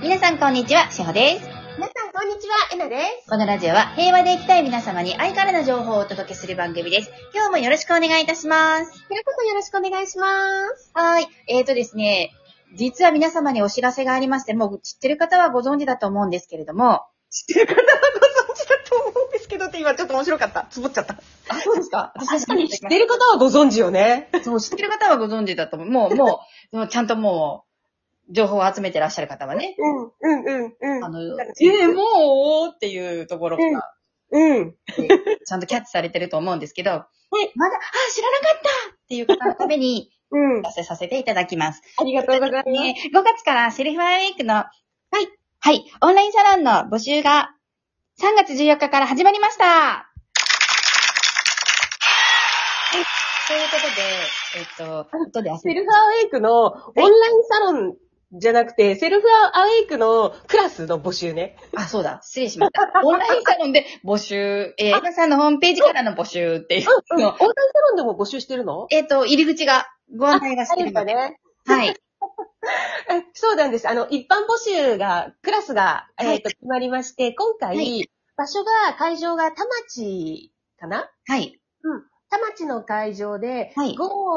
皆さんこんにちは、しほです。 皆さんこんにちは、えなです。 このラジオは平和で生きたい皆様に愛からの情報をお届けする番組です。今日もよろしくお願いいたします。 これこそよろしくお願いします。 はい。ですね、実は皆様にお知らせがありまして、もう知ってる方はご存知だと思うんですけれども。 知ってる方はご存知だと思うんですけどって今ちょっと面白かった。つぼっちゃった。 あ、そうですか。 確かに知ってる方はご存知よね。 そう、知ってる方はご存知だと思う。もう、ちゃんともう、情報を集めてらっしゃる方はね。 もうっていうところから、ちゃんとキャッチされてると思うんですけど、まだ、知らなかったっていう方のために、出せさせていただきます。 ありがとうございます。 5月からセルフアウェイクの、オンラインサロンの募集が3月14日から始まりました。ということで、 セルフアウェイクのオンラインサロンじゃなくて、セルフアウェイクのクラスの募集ね。 あ、そうだ。失礼しました。オンラインサロンで募集、エナさんのホームページからの募集っていう。 オンラインサロンでも募集してるの？ 入り口が、ご案内がしてるので。 ね。 はい。 そうなんです。一般募集が、クラスが、決まりまして、今回、会場が田町かな？ はい。 田町の会場で、 5、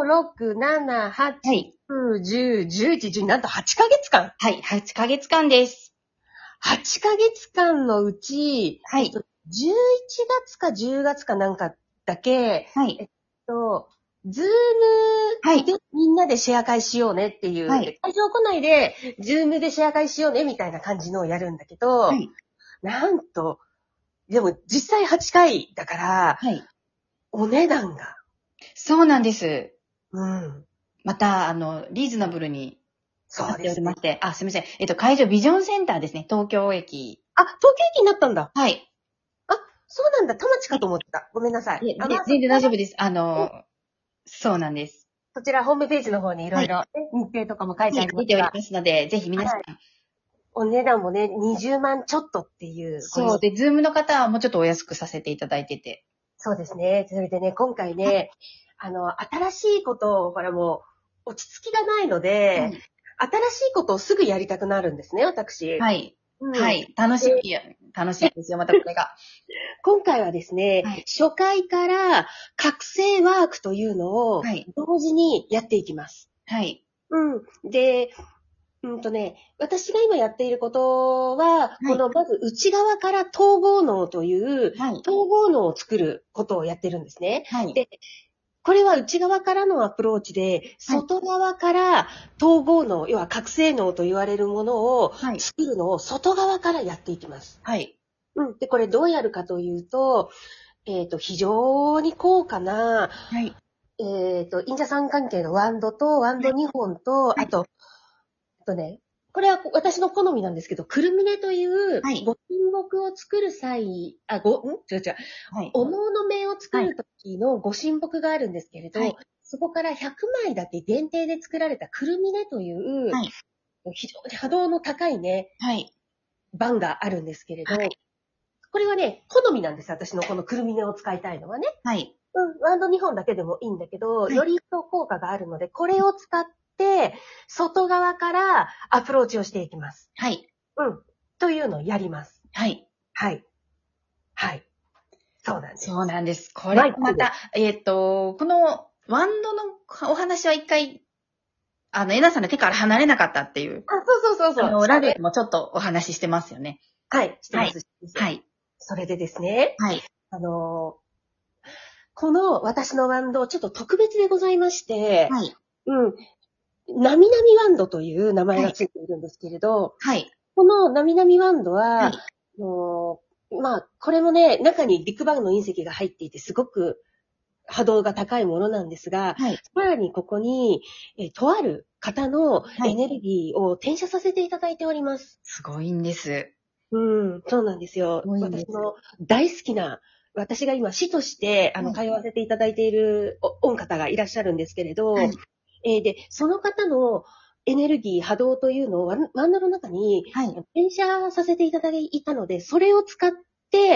6、7、8、9、10、11、12、なんと8ヶ月間。 はい、8ヶ月間です。 8ヶ月間のうち、11月か10月かなんかだけ、ズームでみんなでシェア会しようねっていう、会場来ないで、ズームでシェア会しようねみたいな感じのをやるんだけど、なんと、でも実際8回だから、お値段が。 そうなんです。 また、リーズナブルになっておりまして、すみません。会場ビジョンセンターですね、東京駅。 東京駅になったんだ。 はい。 そうなんだ、田町かと思ってた。ごめんなさい。 全然大丈夫です。そうなんです。 そちらホームページの方にいろいろ日程とかも書いてありますが。 出ておりますので、ぜひ皆さん。 お値段もね、20万ちょっとっていう。 そうで、ズームの方はもうちょっとお安くさせていただいてて。 そうですね。それでね、今回ね、新しいことを、ほらもう、落ち着きがないので、新しいことをすぐやりたくなるんですね、私。 はい。楽しいですよ、またこれが。 今回はですね、初回から覚醒ワークというのを同時にやっていきます。で、私が今やっていることは、このまず内側から統合脳という、統合脳を作ることをやってるんですね。で、これは内側からのアプローチで、外側から統合脳、要は覚醒脳と言われるものを作るのを外側からやっていきます。で、これどうやるかというと、非常に高価な、忍者さん関係のワンドと、ワンド2本と、これは私の好みなんですけど、クルミネという、ご神木を作る際、お能の面を作るときのご神木があるんですけれど、そこから100枚だけ限定で作られたクルミネという、非常に波動の高いね、版があるんですけれど、これはね、好みなんです。私のこのクルミネを使いたいのはね。ワンド2本だけでもいいんだけど、より一層効果があるので、これを使って、外側からアプローチをしていきます。というのをやります。そうなんです。 そうなんです。これ、また、このワンドのお話は一回、エナさんの手から離れなかったっていう。 そう。 ラジオでもちょっとお話ししてますよね。 してます。それでですね。この私のワンド、ちょっと特別でございまして、なみなみワンドという名前がついているんですけれど、このなみなみワンドは、これもね、中にビッグバンの隕石が入っていて、すごく波動が高いものなんですが、さらにここに、とある方のエネルギーを転写させていただいております。 すごいんです。 そうなんですよ。私の大好きな、私が今師として通わせていただいている御方がいらっしゃるんですけれど、で、その方のエネルギー、波動というのをワンドの中に転写させていただいたので、それを使って、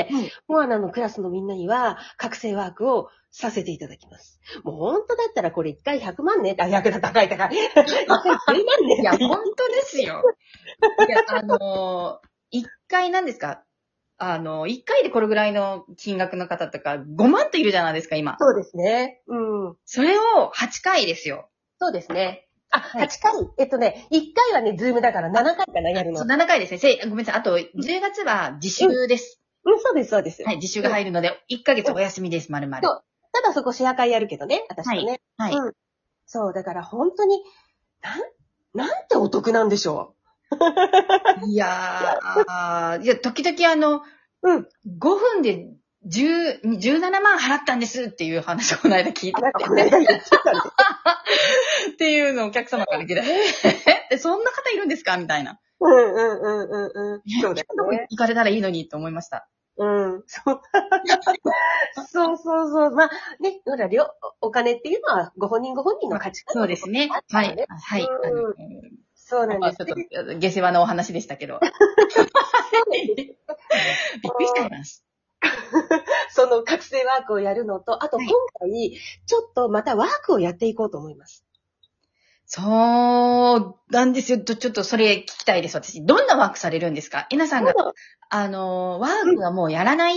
モアナのクラスのみんなには覚醒ワークをさせていただきます。もう本当だったらこれ1回100万ね。100だ、高い。1回10万ね。 いや、本当ですよ。 いや、一回何ですか？一回でこれぐらいの金額の方とか5万といるじゃないですか、今。 そうですね。うん。 それを8回ですよ。 そうですね。あ、はい、8回。1回はね、ズームだから7回かな、やるの。 そう、7回ですね。ごめんなさい。あと、10月は自習です。 うん、そうです、そうです。 はい、自習が入るので、1ヶ月お休みです、丸々。 そう。ただそこシェア会やるけどね、私とね。 はい。 うん。そう、だから本当に、なんてお得なんでしょう。いや、時々5分で17万払ったんですっていう話をこの間聞いた。っていうのをお客様から聞いて、そんな方いるんですかみたいな。 そうだよね。 行かれたらいいのにと思いました。 そう。そう。まあ、ね、ほら、お金っていうのはご本人の価値観、 そうですね。はい。はい。 そうなんです。 ちょっと、下世話なお話でしたけど。びっくりしちゃいます。 その覚醒ワークをやるのと、あと今回、ちょっとまたワークをやっていこうと思います。 そうなんですよ。ちょっとそれ聞きたいです、私。どんなワークされるんですか？えなさんが、ワークはもうやらないって、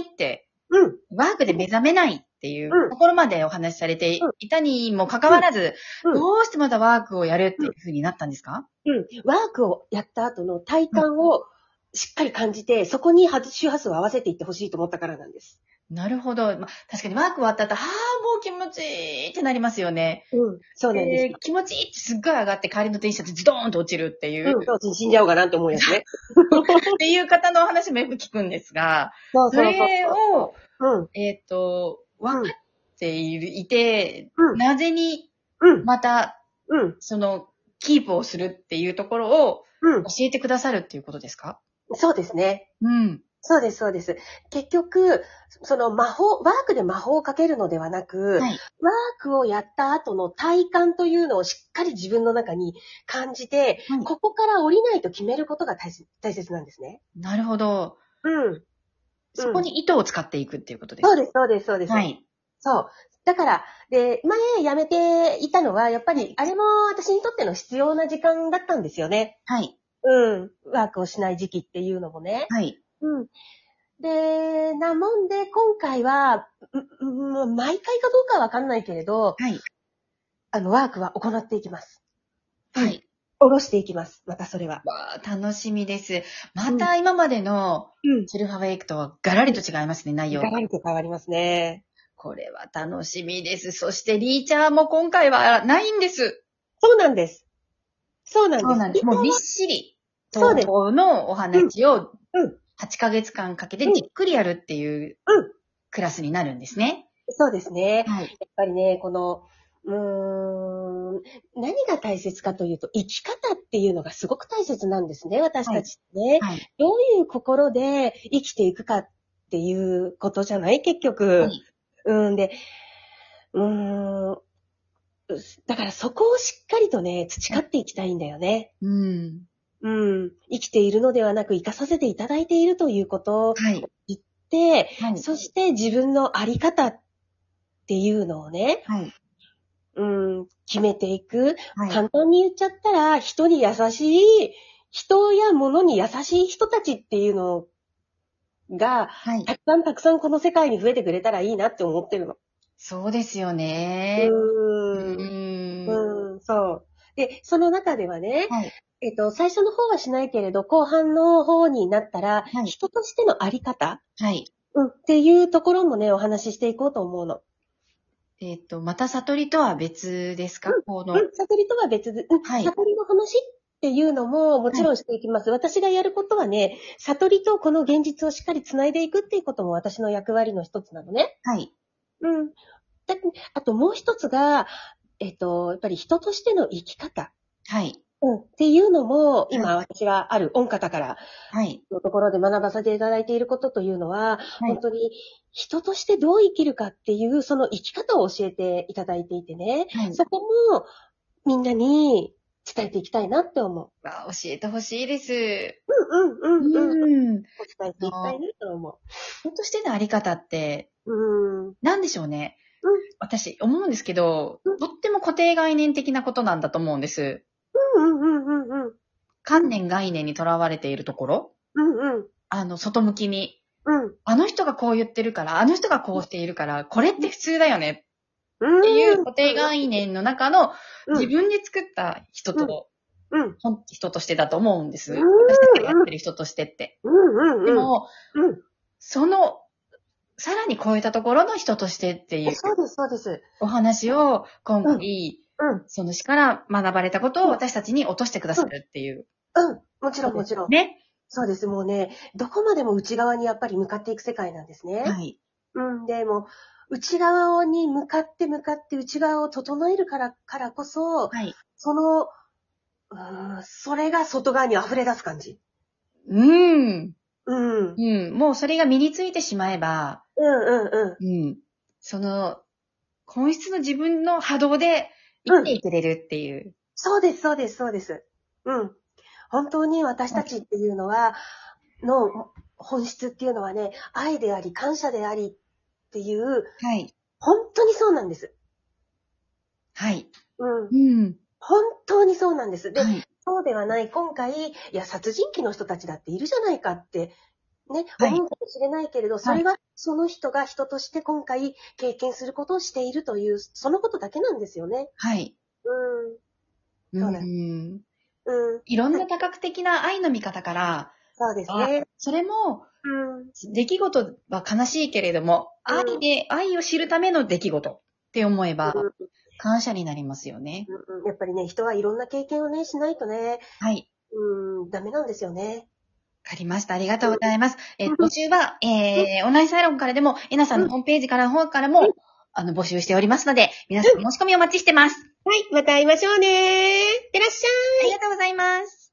ワークで目覚めないっていうところまでお話しされていたにもかかわらず、どうしてまたワークをやるっていう風になったんですか？ ワークをやった後の体感をしっかり感じて、そこに周波数を合わせていってほしいと思ったからなんです。 なるほど。確かにワーク終わった後、もう気持ちいいってなりますよね。 そうなんです。 気持ちいいってすっごい上がって帰りの電車でズドーンと落ちるっていう。 死んじゃおうかなって思うやつね。 っていう方のお話もよく聞くんですが、それを、分かっていて、なぜに、また、キープをするっていうところを、教えてくださるっていうことですか？ そうですね。そうです。結局、ワークで魔法をかけるのではなく、ワークをやった後の体感というのをしっかり自分の中に感じて、ここから降りないと決めることが大切なんですね。 なるほど。そこに糸を使っていくっていうことです。 そうです。はい。そう。だから、前辞めていたのは、やっぱり、あれも私にとっての必要な時間だったんですよね。 はい。 ワークをしない時期っていうのもね。 はい。 で、なもんで、今回は、毎回かどうかはわかんないけれど、ワークは行っていきます。 はい。 下ろしていきます。またそれは。 楽しみです。また今までのセルフアウェイクとはガラリと違いますね、内容が。 ガラリと変わりますね。 これは楽しみです。そしてリーチャーも今回はないんです。 そうなんです。 もうびっしり、東方のお話を8ヶ月間かけてじっくりやるっていうクラスになるんですね。 そうですね。やっぱりね、何が大切かというと、生き方っていうのがすごく大切なんですね、私たちね。どういう心で生きていくかっていうことじゃない結局。だからそこをしっかりとね、培っていきたいんだよね。生きているのではなく生かさせていただいているということを言って、そして自分のあり方っていうのをね、決めていく。簡単に言っちゃったら、人に優しい、人や物に優しい人たちっていうのが、たくさんこの世界に増えてくれたらいいなって思ってるの。 そうですよね。 そう。で、その中ではね、最初の方はしないけれど、後半の方になったら、人としてのあり方、っていうところもね、お話ししていこうと思うの。 また悟りとは別ですか？ 悟りとは別で、悟りの話っていうのももちろんしていきます。私がやることはね、悟りとこの現実をしっかりつないでいくっていうことも私の役割の一つなのね。あともう一つが、やっぱり人としての生き方。っていうのも、今私がある御方からのところで学ばせていただいていることというのは、本当に人としてどう生きるかっていうその生き方を教えていただいていてね、そこもみんなに伝えていきたいなって思う。 教えてほしいです。 伝えていきたいなと思う。 人としてのあり方って、なんでしょうね。私思うんですけど、とっても固定概念的なことなんだと思うんです。 観念概念にとらわれているところ、外向きに、あの人がこう言ってるから、あの人がこうしているから、これって普通だよねっていう固定概念の中の自分で作った人としてだと思うんです。私たちがやってる人としてって。でも、さらに超えたところの人としてっていう。 そうです。 お話を今回、その詩から学ばれたことを私たちに落としてくださるっていう。 もちろんもちろん。 ね。 そうです。もうね、どこまでも内側にやっぱり向かっていく世界なんですね。 はい。 でも、内側に向かって内側を整えるからこそ、 はい。 それが外側に溢れ出す感じ。 もうそれが身についてしまえば、その、本質の自分の波動で生きていけれるっていう。 そうです。本当に私たちっていうのは、の本質っていうのはね、愛であり、感謝でありっていう、 はい。 本当にそうなんです。 はい。 本当にそうなんです。で、そうではない、今回、殺人鬼の人たちだっているじゃないかって、ね、思うかもしれないけれど、それはその人が人として今回経験することをしているという、そのことだけなんですよね。 はい。 そうなんです。 いろんな多角的な愛の見方から、 そうですね。 それも、出来事は悲しいけれども、愛を知るための出来事って思えば、感謝になりますよね。 やっぱりね、人はいろんな経験をね、しないとね、ダメなんですよね。 わかりました。ありがとうございます。募集は、オンラインサロンからでも、えなさんのホームページからの方からも、募集しておりますので、皆さん申し込みお待ちしてます。 はい、また会いましょうね。いってらっしゃい。 ありがとうございます。